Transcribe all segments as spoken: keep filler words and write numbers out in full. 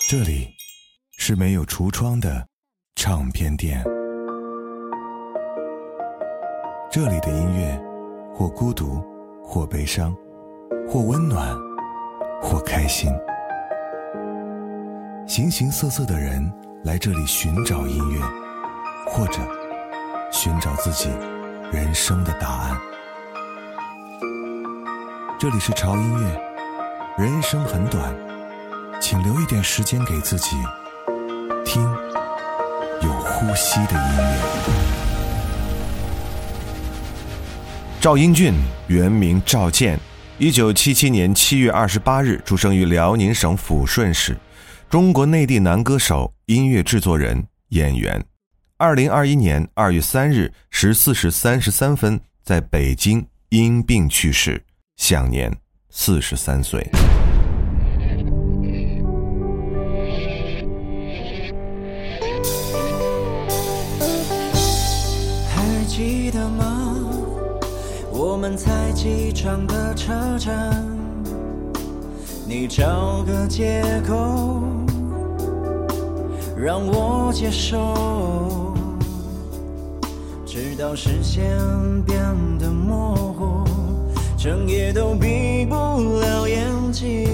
这里是没有橱窗的唱片店，这里的音乐或孤独，或悲伤，或温暖，或开心。形形色色的人来这里寻找音乐，或者寻找自己人生的答案。这里是潮音乐，人生很短，请留一点时间给自己，听有呼吸的音乐。 赵英俊，原名赵健，一九七七年七月二十八日出生于辽宁省抚顺市，中国内地男歌手、音乐制作人、演员。二零二一年二月三日十四时三十三分在北京因病去世，享年四十三岁。 还记得吗？我们在机场的车站，你找个借口让我接受，直到视线变得模糊，整夜都闭不了眼睛。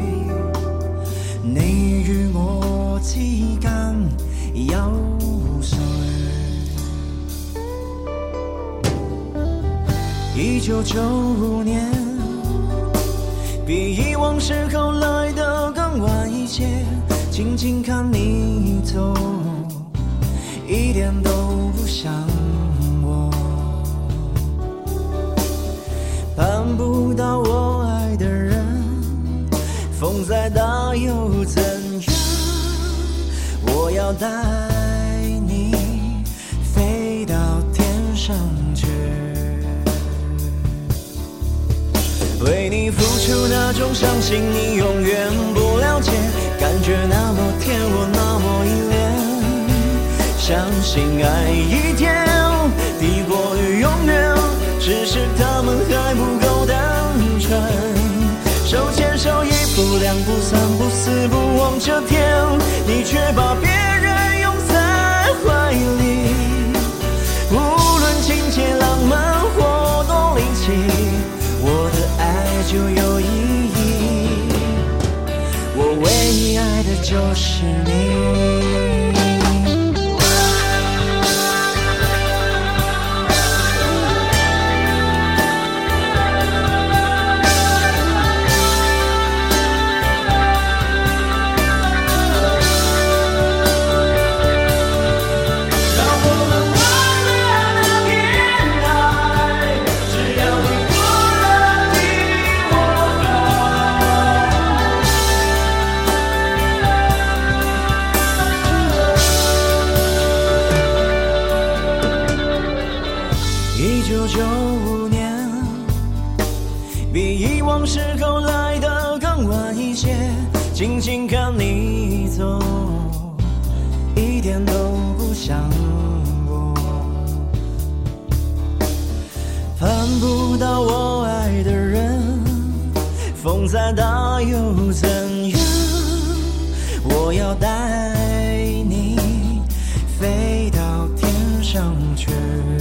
你与我之間有誰？一九九五年，比以往时候来得更晚一些，静静看你走，一点都不像我。盼不到我爱的人，风再大又怎样？我要带你飞到天上去，为你付出那种相信你永远不了解，感觉那么甜我那么依恋，相信爱一天抵过于永远，只是他们还不够单纯。手牵手一步两步三步四步望着天，你却把别人拥在怀里，无论情节浪漫或多离奇，我的爱就有意义，我唯一爱的就是你。一九九五年，比以往时候来得更晚一些，静静看你走，一点都不像我。盼不到我爱的人，风再大又怎样？我要带你飞到天上去，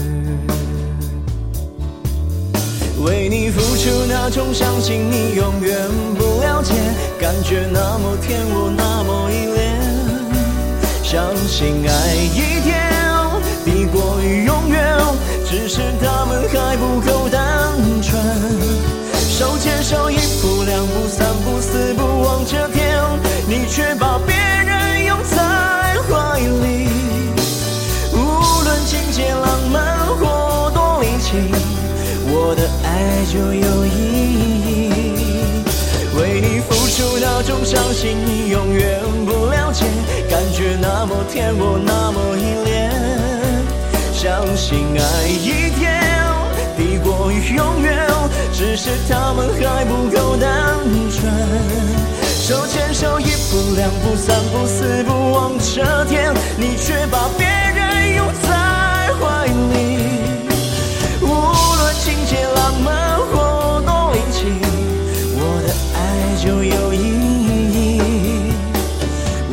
为你付出那种相信你永远不了解，感觉那么甜我那么依恋，相信爱一天抵过于永远，只是他们还不够单纯。手牵手一步两步三步四步望着天，你却把别人拥在怀里，无论情节浪漫或多离奇，我的爱就有意义，为你付出那种相信你永远不了解，感觉那么甜我那么依恋，相信爱一天抵过于永远，只是他们还不够单纯。手牵手一步两步三步四步望着天，你却把别人拥在怀里，无论情节浪漫或多离奇，我的爱就有意义，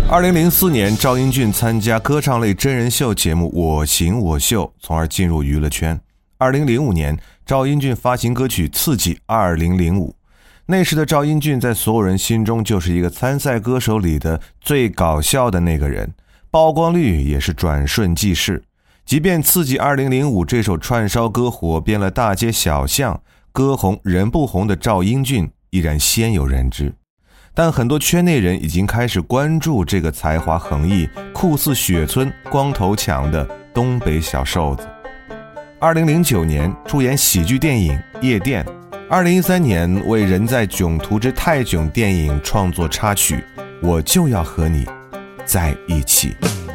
二零零四年，赵英俊参加歌唱类真人秀节目《我行我秀》，从而进入娱乐圈。二零零五年，赵英俊发行歌曲《刺激二零零五》。那时的赵英俊在所有人心中就是一个参赛歌手里的最搞笑的那个人，曝光率也是转瞬即逝。即便《刺激二零零五》这首串烧歌火遍了大街小巷，歌红人不红的赵英俊依然鲜有人知。但很多圈内人已经开始关注这个才华横溢、酷似雪村、光头强的东北小瘦子。二零零九年出演喜剧电影《夜店》，二零一三年为人在囧途之泰囧电影创作插曲《我就要和你在一起》。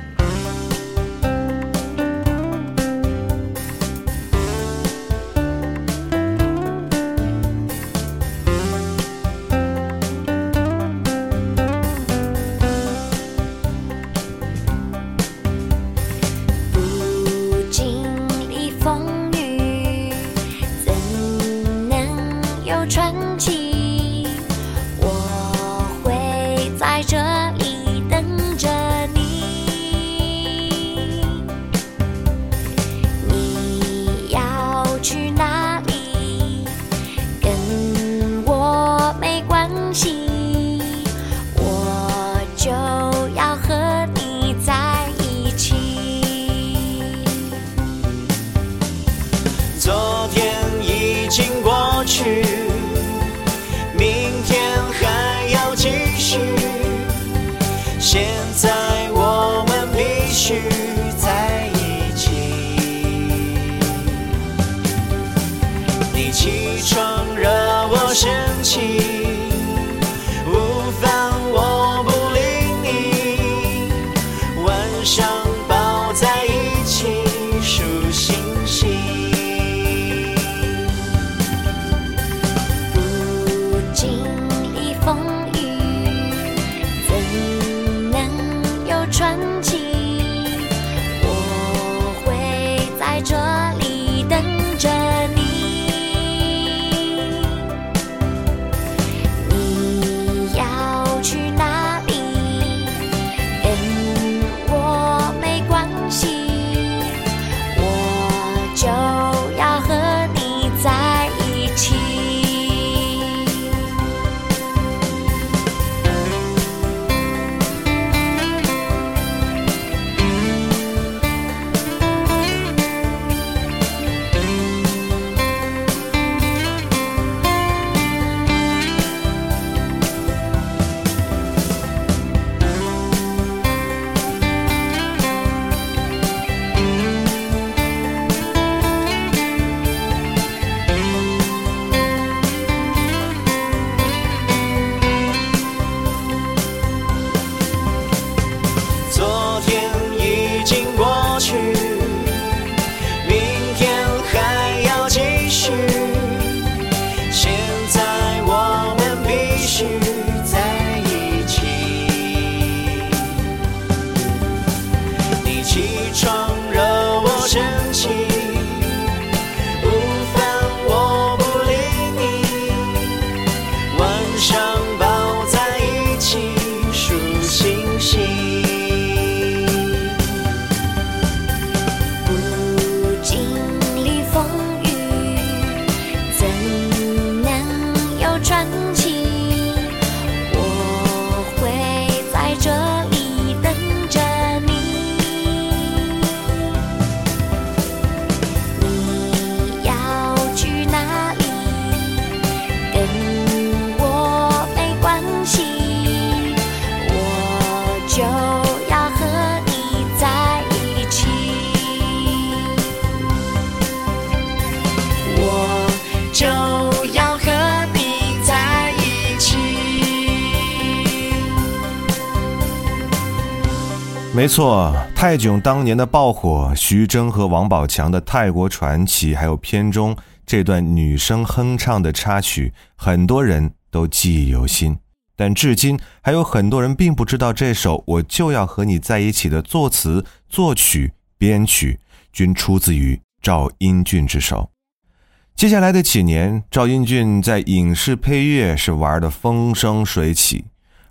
没错，泰囧当年的爆火，徐峥和王宝强的泰国传奇，还有片中这段女生哼唱的插曲，很多人都记忆犹新。但至今还有很多人并不知道这首《我就要和你在一起》的作词、作曲、编曲均出自于赵英俊之手。接下来的几年，赵英俊在影视配乐是玩得风生水起。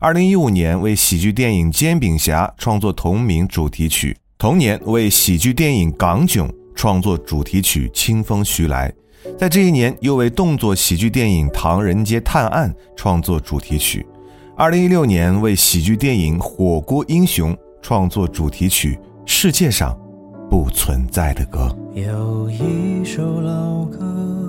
二零一五年为喜剧电影《煎饼侠》创作同名主题曲，同年为喜剧电影《港囧》创作主题曲《清风徐来》，在这一年又为动作喜剧电影《唐人街探案》创作主题曲。二零一六年为喜剧电影《火锅英雄》创作主题曲《世界上不存在的歌》。 有一首老歌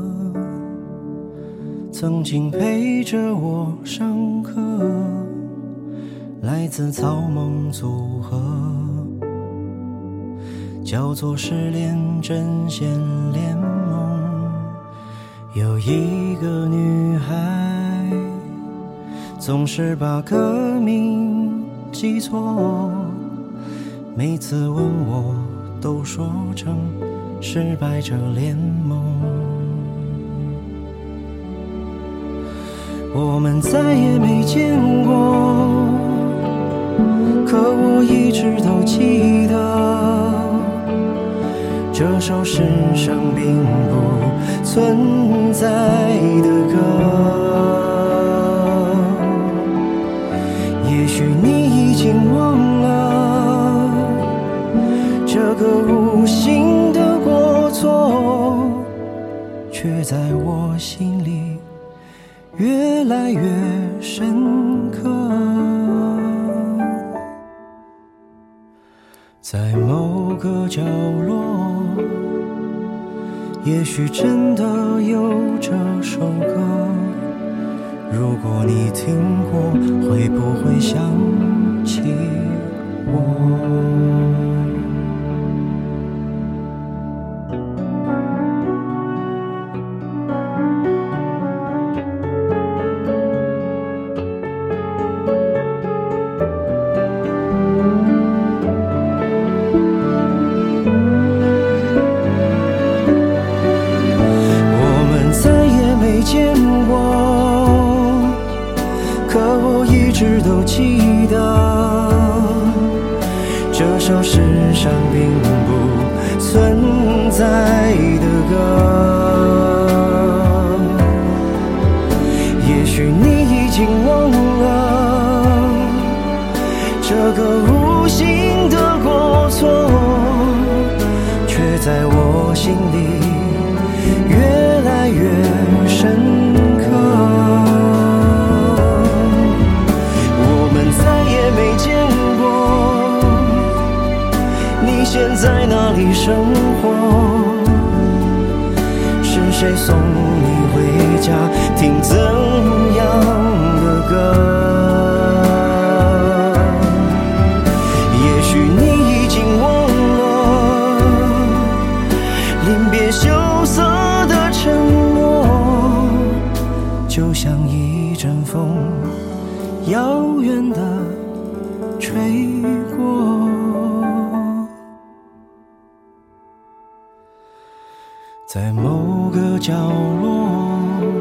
曾经陪着我上课，来自草蜢组合，叫做失恋阵线联盟。有一个女孩总是把歌名记错，每次问我都说成失败者联盟。我们再也没见过，可我一直都记得这首世上并不存在的歌。也许你已经忘了这个无心的过错，却在我心里越来越深刻。在某个角落，也许真的有这首歌，如果你听过，会不会想起我？都记得这首世上并不存在的歌，也许你已经忘了这个无心的过错，却在我心里越来越深刻。现在哪里生活？是谁送你回家？听怎样的歌？也许你已经忘了临别羞涩的承诺，就像一阵风，遥远的吹过。在某个角落，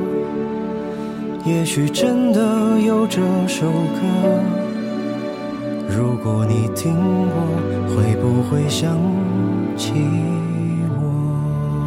也许真的有这首歌，如果你听过，会不会想起我？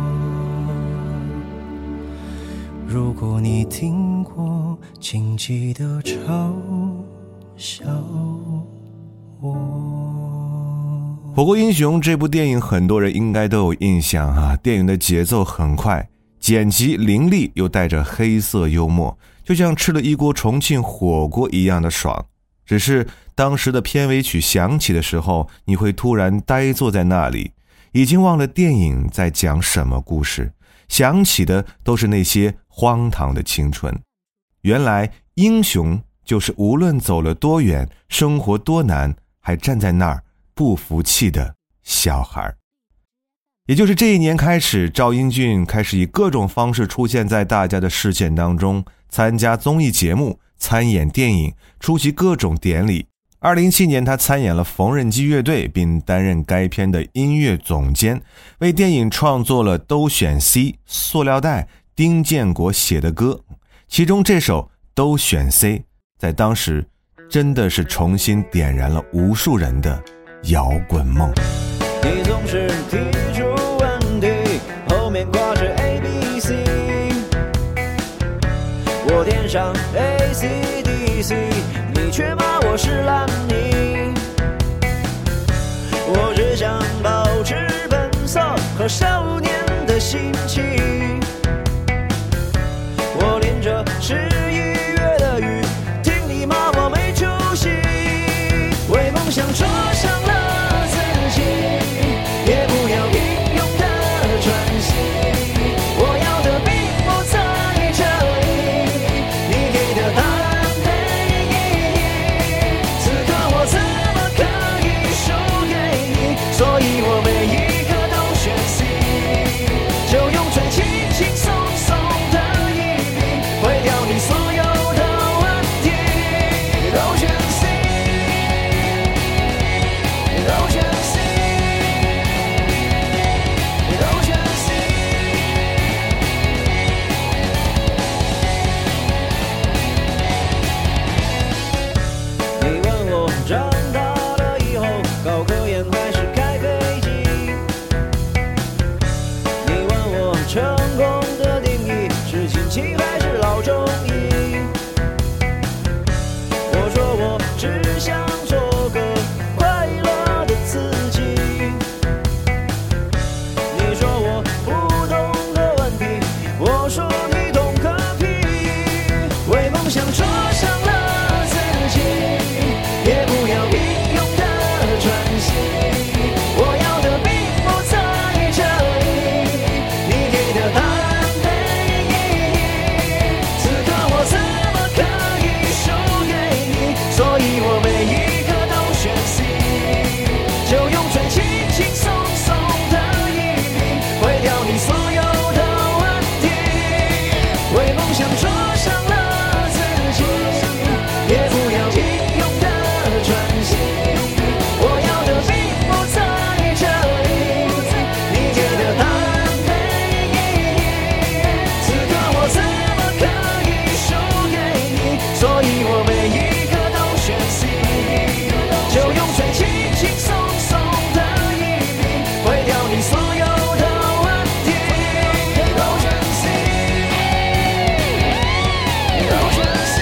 如果你听过，请记得嘲笑我。 火锅英雄这部电影很多人应该都有印象啊，电影的节奏很快，剪辑凌厉又带着黑色幽默，就像吃了一锅重庆火锅一样的爽。只是当时的片尾曲响起的时候，你会突然呆坐在那里，已经忘了电影在讲什么故事，想起的都是那些荒唐的青春。原来英雄就是无论走了多远，生活多难，还站在那儿不服气的小孩。也就是这一年开始，赵英俊开始以各种方式出现在大家的视线当中，参加综艺节目，参演电影，出席各种典礼。二零一七年他参演了缝纫机乐队，并担任该片的音乐总监，为电影创作了都选 C 塑料袋丁建国写的歌，其中这首都选 C 在当时真的是重新点燃了无数人的摇滚梦。 你总是提出问题，后面挂着 A B C， 我填上 A C D B C， 你却骂我是烂泥。我只想保持本色和少年的心情。我淋着十一月的雨，听你骂我没出息，为梦想戳伤了自己，也不要平庸的喘息。我要的并不在这里，你给的答案没意义。此刻我怎么可以输给你？所以我每一刻都选 C， 就用最轻轻松松的一笔毁掉你所有的问题。都选 C， 都选 C， 都选 C。你问我长大了以后搞科研还是开飞机？你问我成功的定义是亲戚还是老中医？我说我只想做个快乐的自己。你说我不懂的问题，我说你懂个屁。为梦想戳伤了自己，也不要平庸的喘息。我要的并不在这里，你给的答案没意义。此刻我怎么可以输给你？所以我每一刻都选 C， 就用最轻轻松松的一笔毁掉你所有的问题。为梦想戳伤了自己，也不要平庸的喘息。我要的并不在这里，你给的答案没意义。此刻我怎么可以输给你？所以我每一刻都选 C， 就用最轻轻松松的一笔毁掉你所有的问题。都选 C， 都选 C，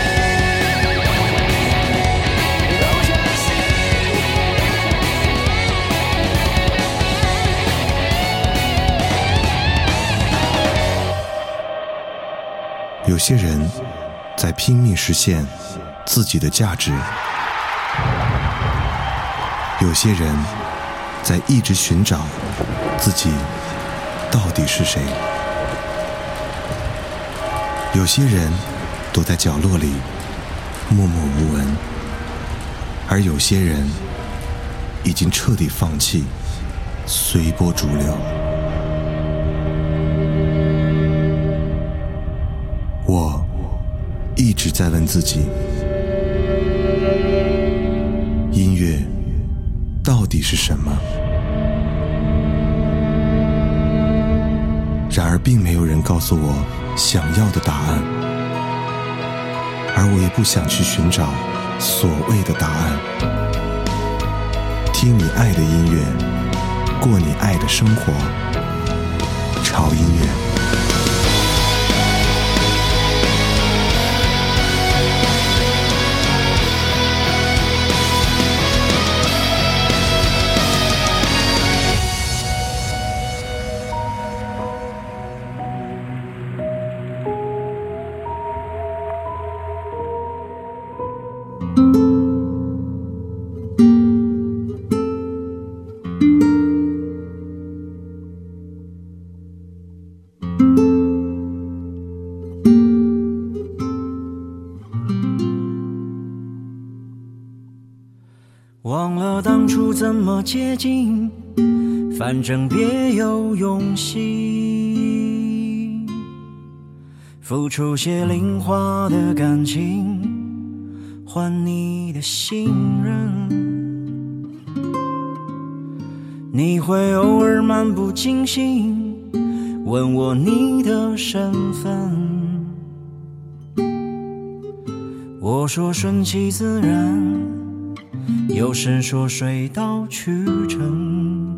都选 C。 有些人在拼命实现自己的价值，有些人在一直寻找自己到底是谁，有些人躲在角落里默默无闻，而有些人已经彻底放弃，随波逐流。我一直在问自己，音乐到底是什么？然而并没有人告诉我想要的答案，而我也不想去寻找所谓的答案。听你爱的音乐，过你爱的生活，潮音乐。 忘了当初怎么接近，反正别有用心，付出些零花的感情，换你的信任。你会偶尔漫不经心问我你的身份，我说顺其自然，有时说水到渠成。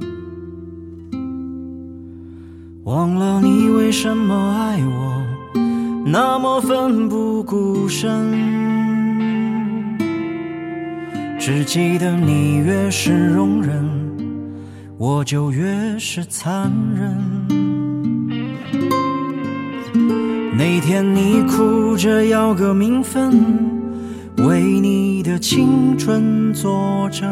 忘了你为什么爱我那么奋不顾身， 只记得你越是容忍，我就越是残忍。那天你哭着要个名分，为你的青春作证。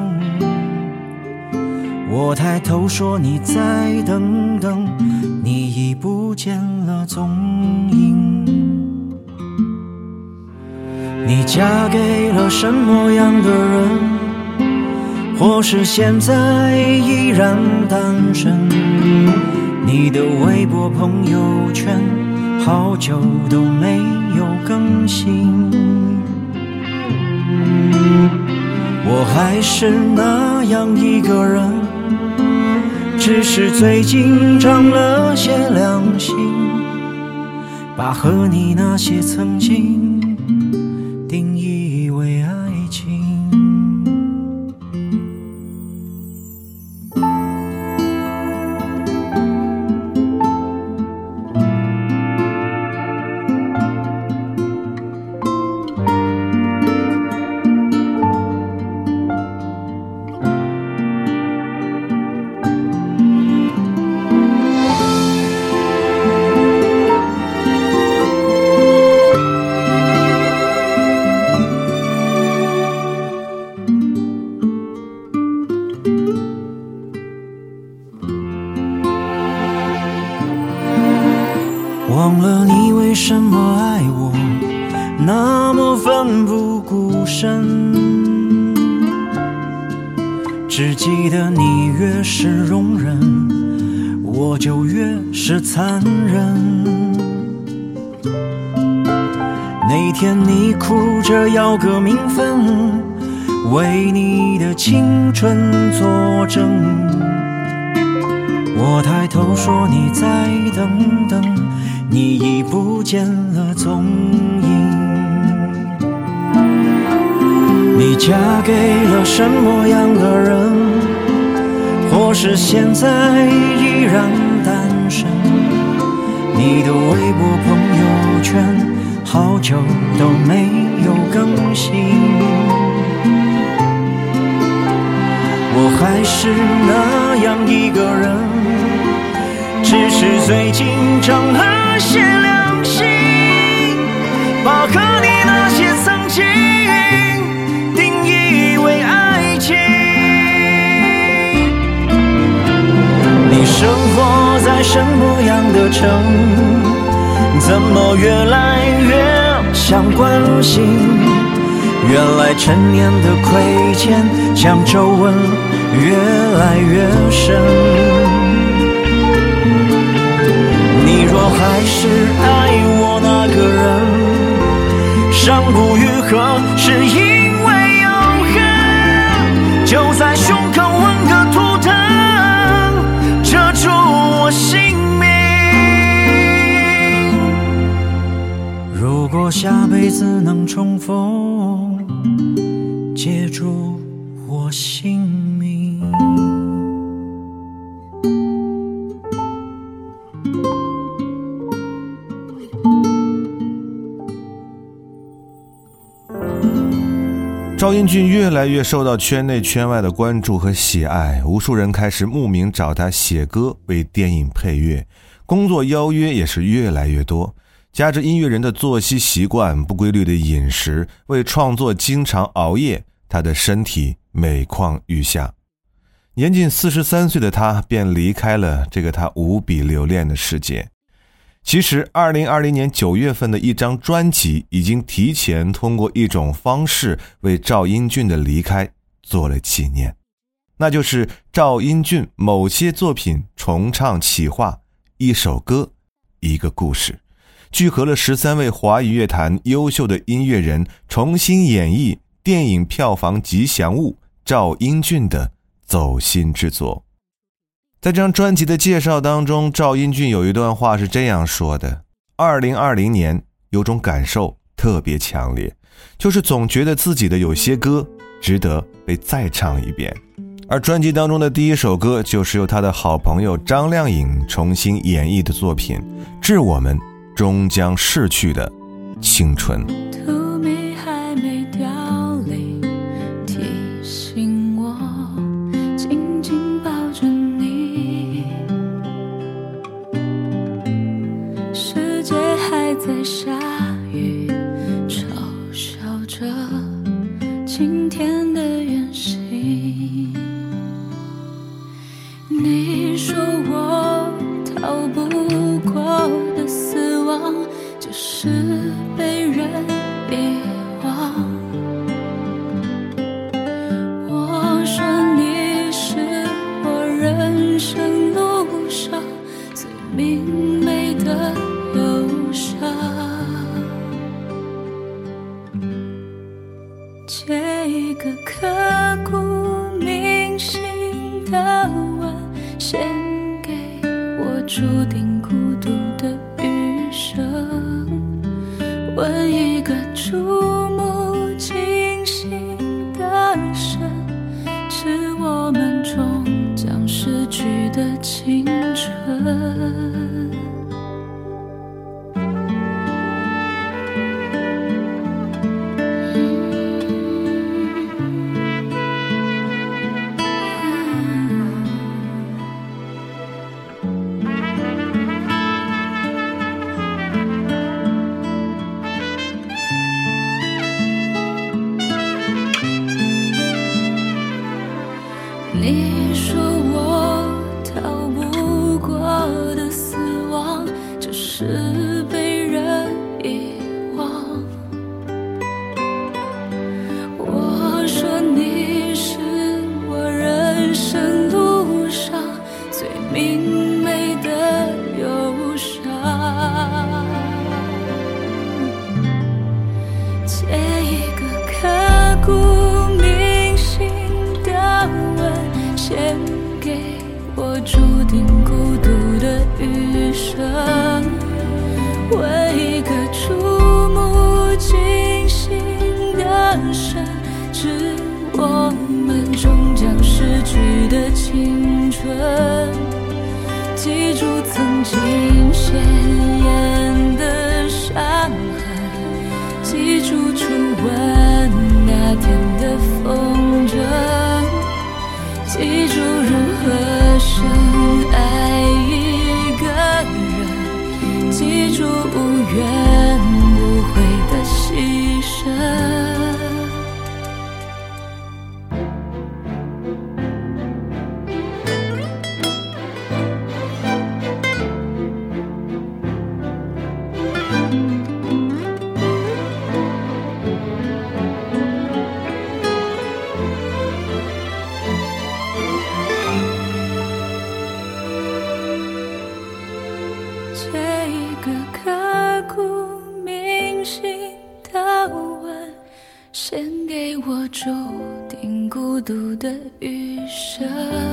我抬头说你再等等，你已不见了踪影。你嫁给了什么样的人？或是现在依然单身？你的微博朋友圈好久都没有更新。我还是那样一个人，只是最近长了些良心，把和你那些曾经定义为爱情。忘了你为什么爱我那么奋不顾身，只记得你越是容忍，我就越是残忍。那天你哭着要个名分，为你的青春作证。我抬头说你再等等，你已不见了踪影。你嫁给了什么样的人？或是现在依然单身？你的微博朋友圈好久都没有更新。我还是那样一个人，只是最近长了些良心，把和你那些曾经定义为爱情。你生活在什么样的城？怎么越来越想关心？原来陈年的亏欠像皱纹越来越深。你若还是爱我那个人，伤不愈合是因为永恒，就在胸口纹个图腾，遮住我姓名。如果下辈子能重逢，接住我姓名。 赵英俊越来越受到圈内圈外的关注和喜爱，无数人开始慕名找他写歌为电影配乐，工作邀约也是越来越多。加之音乐人的作息习惯、不规律的饮食，为创作经常熬夜，他的身体每况愈下。年仅四十三岁的他便离开了这个他无比留恋的世界。其实二零二零年九月份的一张专辑已经提前通过一种方式为赵英俊的离开做了纪念，那就是赵英俊某些作品重唱企划，一首歌一个故事，聚合了十三位华语乐坛优秀的音乐人重新演绎电影票房吉祥物赵英俊的走心之作。在这张专辑的介绍当中，赵英俊有一段话是这样说的：二零二零年有种感受特别强烈，就是总觉得自己的有些歌值得被再唱一遍。而专辑当中的第一首歌就是由他的好朋友张靓颖重新演绎的作品《致我们终将逝去的青春》。 荼蘼还没凋零，啼在下雨，嘲笑着今天的远行。你说我逃不过的死亡，就是被人遗忘。我说你是我人生路上最明媚的忧伤。借一个刻骨铭心的吻，献给我注定孤独的余生。问一个触目惊心的深，是我们终将逝去的青春。你说我逃不过的死亡，就是被人遗忘。我说你是我人生路上最明媚的忧伤。借一个刻骨铭心的吻，献给我注定孤独的余生。问一个触目惊心的深，是我们终将逝去的青春。记住曾经鲜艳的伤痕，记住初吻那天的风筝，记住如何深爱一个人，记住无怨无悔的牺牲。借一个刻骨铭心的吻，献给我注定孤独的余生。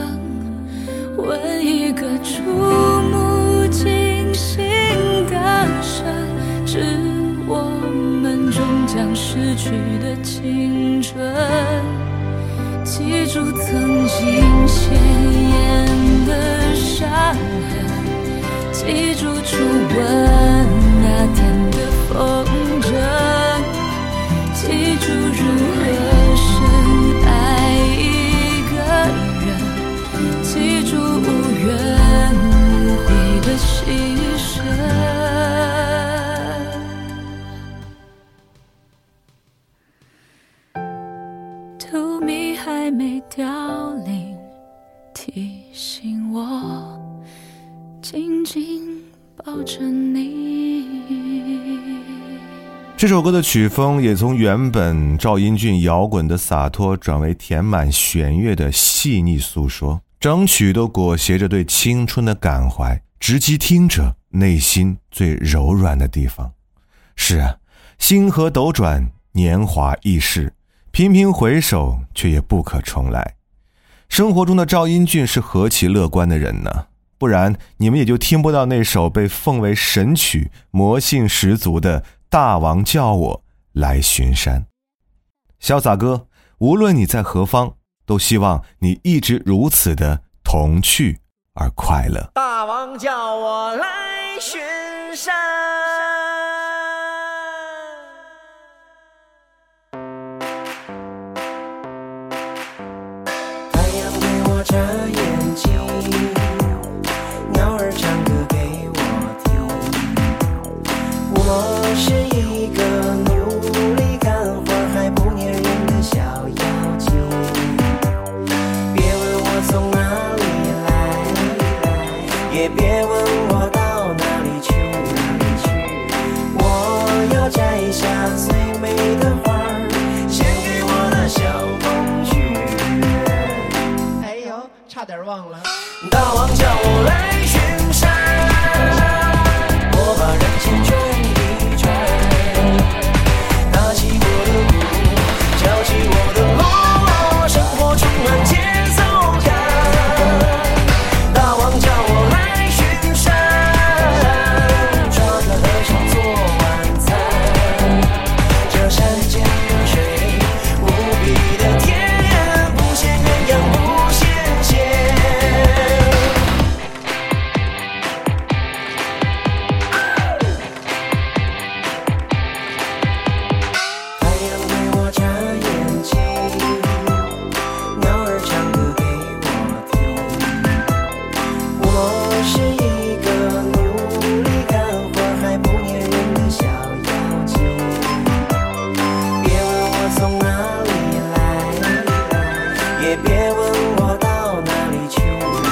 问一个触目惊心的深，是我们终将逝去的青春。记住曾经鲜艳的伤痕，记住初吻那天的风筝，记住如何深爱一个人，记住无怨无悔的牺牲。荼蘼还没凋零，提醒我紧紧抱着你。 这首歌的曲风也从原本赵英俊摇滚的洒脱转为填满弦乐的细腻诉说，整曲都裹挟着对青春的感怀，直击听者内心最柔软的地方。是啊，星河斗转，年华易逝，频频回首却也不可重来。生活中的赵英俊是何其乐观的人呢？不然你们也就听不到那首被奉为神曲、魔性十足的《大王叫我来巡山》。潇洒哥，无论你在何方，都希望你一直如此的童趣而快乐。 大王叫我来巡山，太阳对我眨眼睛，鸟儿唱歌给我听，我也别问我到哪里去，我要摘下最美的花儿，献给我的小公举。哎呦，差点忘了，大王叫我来巡山，我把人间转一转，打起我的鼓，敲起我的锣，生活充满节奏感。大王叫我来巡山，抓个和尚做晚餐，这山间的水无比的甜，不羡鸳鸯不羡仙。太阳对我眨眼睛，鸟儿唱歌给我听，我是一个努力干活还不粘人的小妖精。别问我从哪里来，也别问我到哪里去，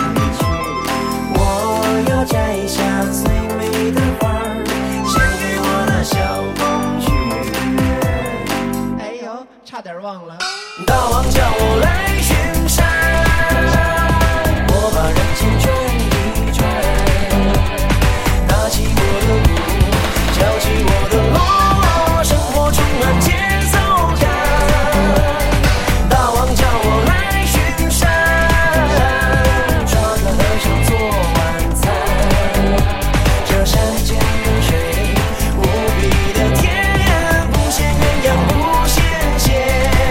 我要摘下最美的花儿，献给我的小公举。哎呦，差点忘了，大王叫我来巡山，我把人间转一转，打起我的鼓，敲起我的锣，生活充满节奏感。大王叫我来巡山，抓个和尚做晚餐，这山间的水无比的甜，不羡鸳鸯不羡仙。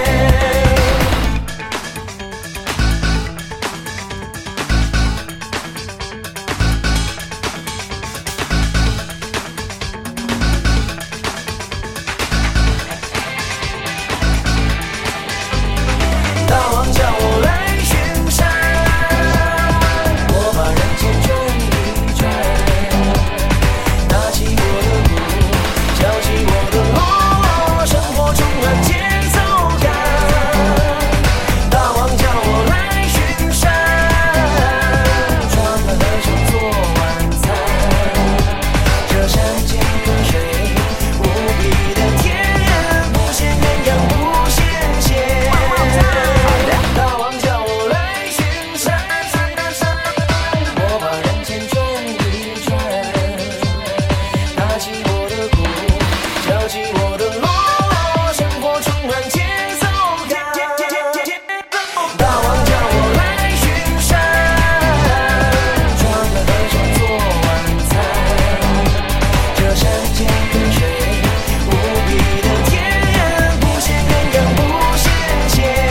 大王叫我来巡山，我把人间转一转，打起我的鼓，敲起我的锣，生活充满节奏感。大王叫我来巡山，抓个和尚做晚餐，这山间的水无比的甜，不羡鸳鸯不羡仙。大王叫我来巡山，我把人间转一转，打起我的鼓，敲起我的锣，生活充满节奏感。大王叫我来巡山，抓个和尚做晚餐，这山间的水无比的甜，不羡鸳鸯不羡仙。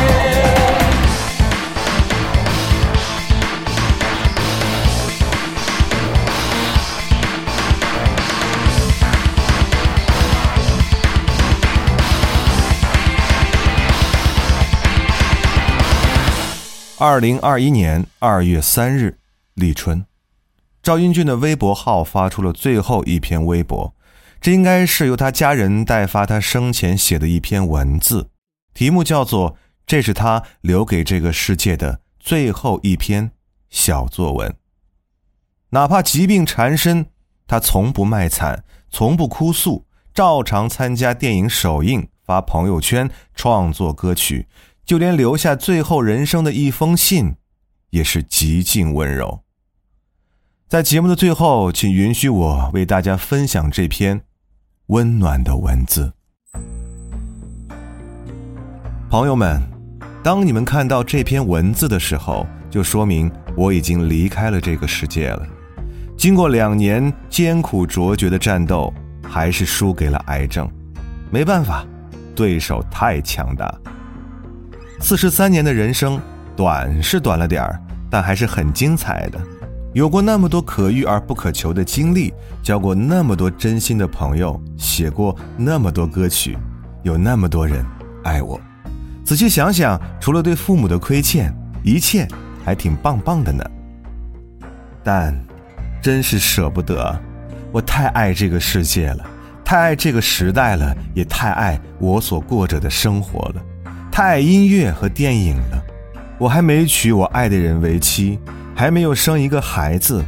二零二一年二月三日，立春，赵英俊的微博号发出了最后一篇微博，这应该是由他家人代发他生前写的一篇文字，题目叫做《这是他留给这个世界的最后一篇小作文》。哪怕疾病缠身，他从不卖惨，从不哭诉，照常参加电影首映，发朋友圈，创作歌曲，就连留下最后人生的一封信也是极尽温柔。在节目的最后，请允许我为大家分享这篇温暖的文字。朋友们，当你们看到这篇文字的时候，就说明我已经离开了这个世界了。经过两年艰苦卓绝的战斗，还是输给了癌症。没办法，对手太强大。四十三年的人生，短是短了点儿，但还是很精彩的。有过那么多可遇而不可求的经历，交过那么多真心的朋友，写过那么多歌曲，有那么多人爱我。仔细想想，除了对父母的亏欠，一切还挺棒棒的呢。但真是舍不得，我太爱这个世界了，太爱这个时代了，也太爱我所过着的生活了，太爱音乐和电影了。我还没娶我爱的人为妻，还没有生一个孩子，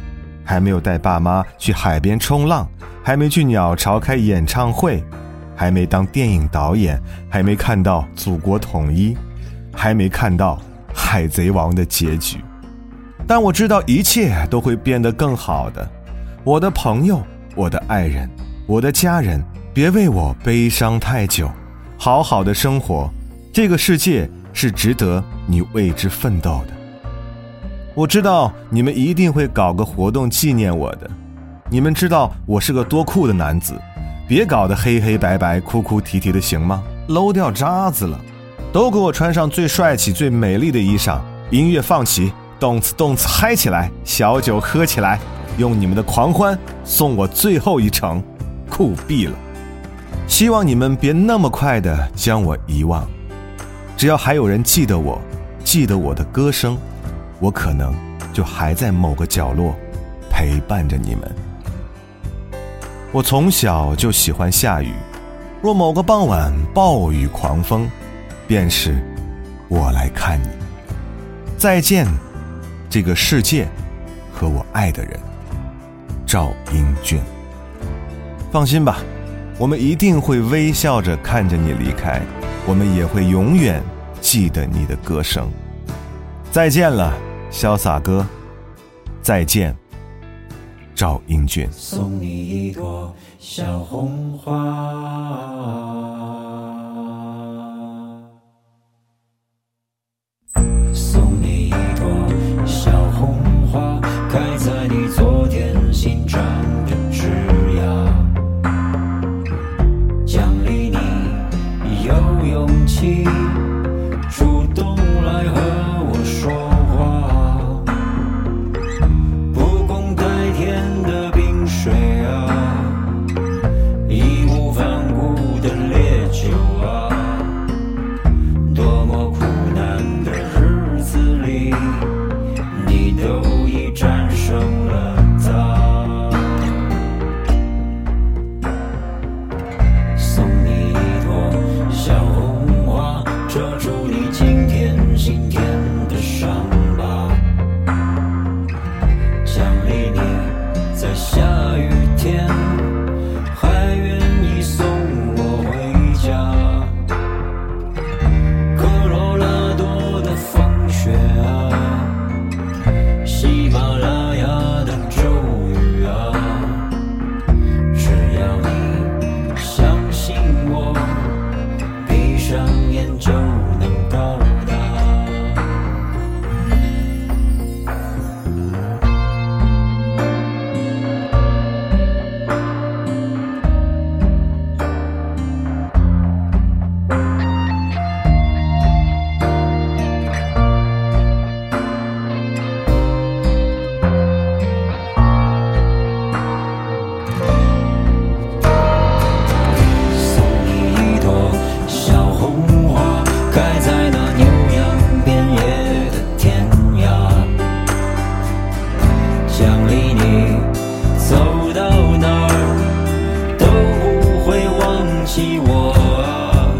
还没有带爸妈去海边冲浪，还没去鸟巢开演唱会，还没当电影导演，还没看到祖国统一，还没看到海贼王的结局。但我知道一切都会变得更好的。我的朋友，我的爱人，我的家人，别为我悲伤太久，好好的生活，这个世界是值得你为之奋斗的。我知道你们一定会搞个活动纪念我的，你们知道我是个多酷的男子，别搞得黑黑白白哭哭啼啼的行吗？ low 掉渣子了，都给我穿上最帅气最美丽的衣裳，音乐放起，动次动次嗨起来，小酒喝起来，用你们的狂欢送我最后一程，酷毙了。希望你们别那么快的将我遗忘，只要还有人记得我，记得我的歌声，我可能就还在某个角落陪伴着你们。我从小就喜欢下雨，若某个傍晚暴雨狂风，便是我来看你。再见，这个世界和我爱的人，赵英俊。放心吧，我们一定会微笑着看着你离开，我们也会永远记得你的歌声。再见了，潇洒哥，再见，赵英俊。 送你一朵小红花，送你一朵小红花，开在你昨天新长的枝桠，奖励你有勇气主动来和我说话，不共戴天的冰水啊，义无反顾的烈酒啊，多么苦难的日子里，你都已战胜了它。送你一朵小红花，遮住你今天心田的伤疤，奖励你在下雨天还愿意送我回家。科罗拉多的风雪啊，喜马拉雅的骤雨啊，只要你相信我，闭上眼就能到达。送你一朵小红花，开在那牛羊遍野的天涯，奖励你走到哪儿都不会忘记我啊，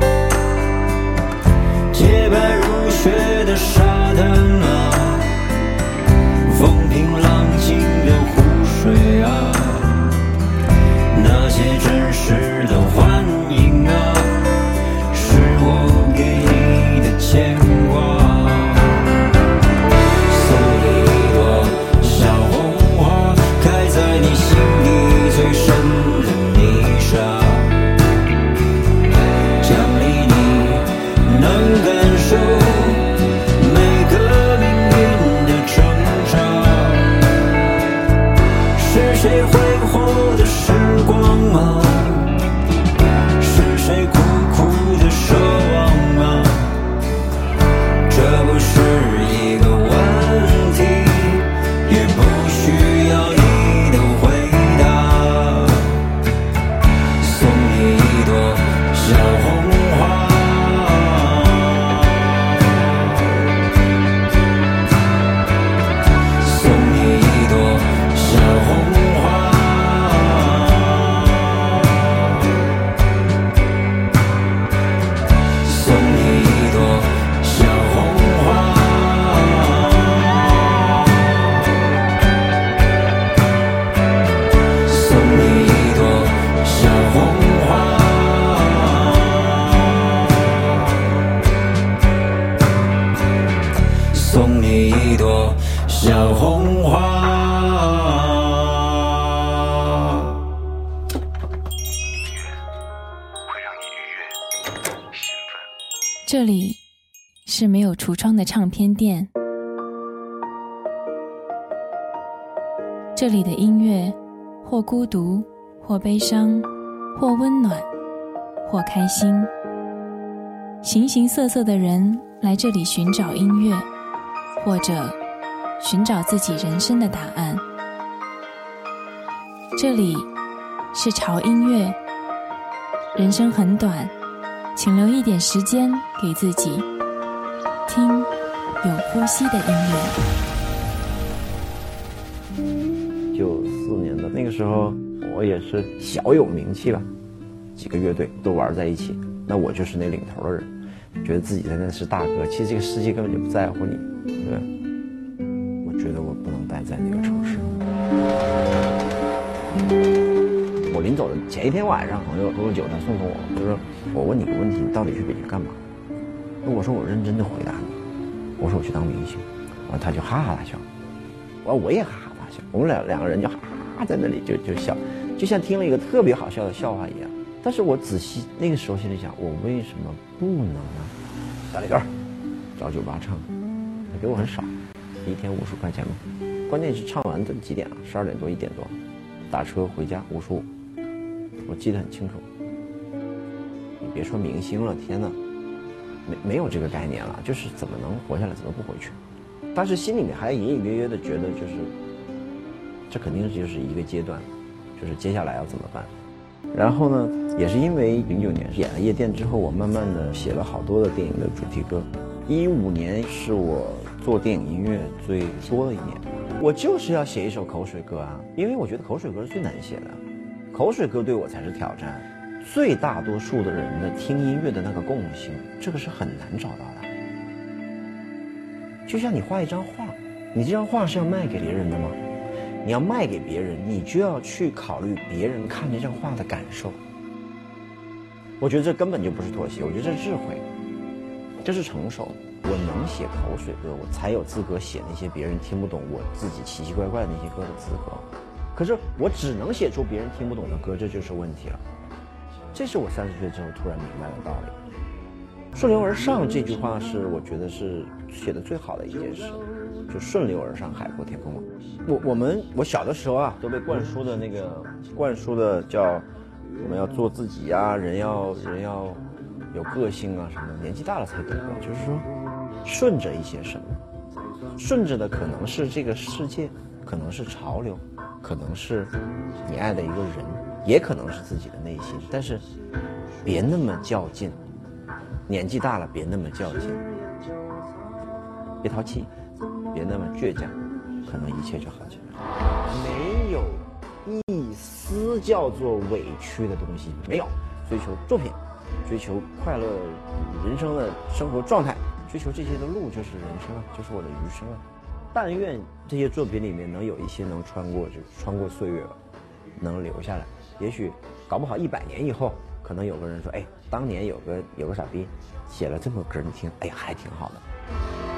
洁白如雪的沙滩啊，风平浪静的湖水啊，那些真实的欢迎啊，是我给你的牵挂。送你一朵小红花，开在你心底最深的泥沙，奖励你能感受每个命运的挣扎。是谁挥霍的时光啊，是谁苦苦的奢望啊，这不是一个问题，也不需要你的回答。送你一朵小红花，送你一朵小红花。 这里是没有橱窗的唱片店，这里的音乐或孤独，或悲伤，或温暖，或开心。形形色色的人来这里寻找音乐，或者寻找自己人生的答案。这里是潮音乐，人生很短，请留一点时间给自己，听有呼吸的音乐。九四年的那个时候，我也是小有名气吧，几个乐队都玩在一起，那我就是那领头的人，觉得自己在那是大哥。其实这个世界根本就不在乎你，对吧？我觉得我不能待在那个城市。我临走的前一天晚上，朋友喝了酒，他送送我，就说：“我问你个问题，你到底去北京干嘛？”我说：“我认真的回答你，我说我去当明星。”然后他就哈哈大笑，我我也哈哈大笑，我们俩两个人就哈哈在那里就就笑，就像听了一个特别好笑的笑话一样。但是我仔细那个时候心里想，我为什么不能呢？大里根找酒吧唱，他给我很少，一天五十块钱嘛。关键是唱完这几点啊？十二点多一点多，打车回家五十五，我记得很清楚。你别说明星了，天哪，没没有这个概念了，就是怎么能活下来，怎么不回去？但是心里面还隐隐约约的觉得，就是这肯定就是一个阶段，就是接下来要怎么办。然后呢，也是因为零九年演了夜店之后，我慢慢的写了好多的电影的主题歌。一五年是我做电影音乐最多的一年，我就是要写一首口水歌啊，因为我觉得口水歌是最难写的，口水歌对我才是挑战。最大多数的人的听音乐的那个共性，这个是很难找到的。就像你画一张画，你这张画是要卖给别人的吗？你要卖给别人，你就要去考虑别人看这张画的感受。我觉得这根本就不是妥协，我觉得这是智慧，这是成熟。我能写口水歌，我才有资格写那些别人听不懂我自己奇奇怪怪的那些歌的资格。可是我只能写出别人听不懂的歌，这就是问题了。这是我三十岁之后突然明白的道理。顺流而上这句话是我觉得是写的最好的一件事，就顺流而上，海阔天空嘛。我我们我小的时候啊，都被灌输的那个灌输的叫我们要做自己啊，人要人要有个性啊什么的。年纪大了才懂得，就是说顺着一些什么，顺着的可能是这个世界，可能是潮流，可能是你爱的一个人，也可能是自己的内心，但是别那么较劲。年纪大了，别那么较劲，别淘气，别那么倔强，可能一切就好起来了。没有一丝叫做委屈的东西，没有。追求作品，追求快乐人生的生活状态，追求这些的路就是人生啊，就是我的余生啊。但愿这些作品里面能有一些能穿过，就穿过岁月吧，能留下来。也许搞不好一百年以后，可能有个人说，哎，当年有个有个傻逼写了这么歌，你听，哎呀，还挺好的。